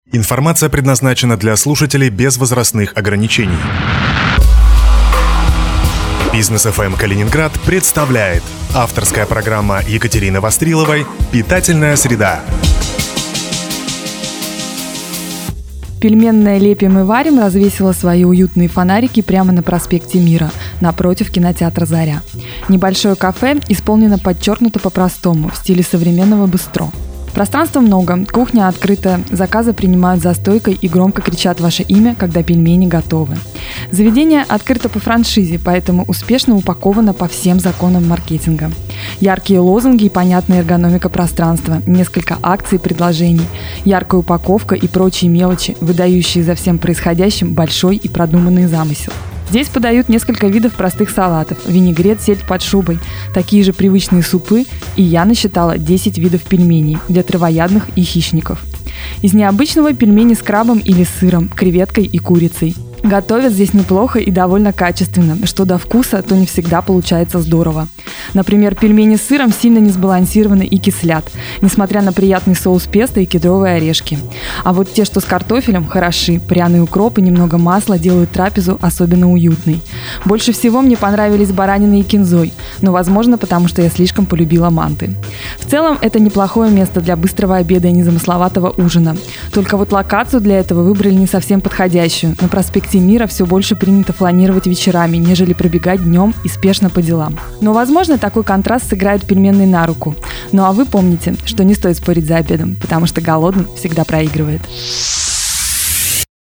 Информация предназначена для слушателей без возрастных ограничений. Бизнес FM Калининград представляет авторская программа Екатерины Востриловой «Питательная среда». Пельменная «Лепим и варим» развесила свои уютные фонарики прямо на проспекте Мира, напротив кинотеатра «Заря». Небольшое кафе исполнено подчеркнуто по-простому, в стиле современного бистро. Пространства много, кухня открыта, заказы принимают за стойкой и громко кричат ваше имя, когда пельмени готовы. Заведение открыто по франшизе, поэтому успешно упаковано по всем законам маркетинга. Яркие лозунги и понятная эргономика пространства, несколько акций и предложений, яркая упаковка и прочие мелочи, выдающие за всем происходящим большой и продуманный замысел. Здесь подают несколько видов простых салатов, винегрет, сельдь под шубой, такие же привычные супы, и я насчитала 10 видов пельменей для травоядных и хищников. Из необычного пельмени с крабом или сыром, креветкой и курицей. Готовят здесь неплохо и довольно качественно, что до вкуса, то не всегда получается здорово. Например, пельмени с сыром сильно не сбалансированы и кислят, несмотря на приятный соус песто и кедровые орешки. А вот те, что с картофелем, хороши. Пряный укроп и немного масла делают трапезу особенно уютной. Больше всего мне понравились баранина и кинзой, но, возможно, потому что я слишком полюбила манты. В целом, это неплохое место для быстрого обеда и незамысловатого ужина. Только вот локацию для этого выбрали не совсем подходящую. На проспекте Мира все больше принято фланировать вечерами, нежели пробегать днем и спешно по делам. Но, возможно, такой контраст сыграет пельменной на руку. Ну а вы помните, что не стоит спорить за обедом, потому что голодный всегда проигрывает.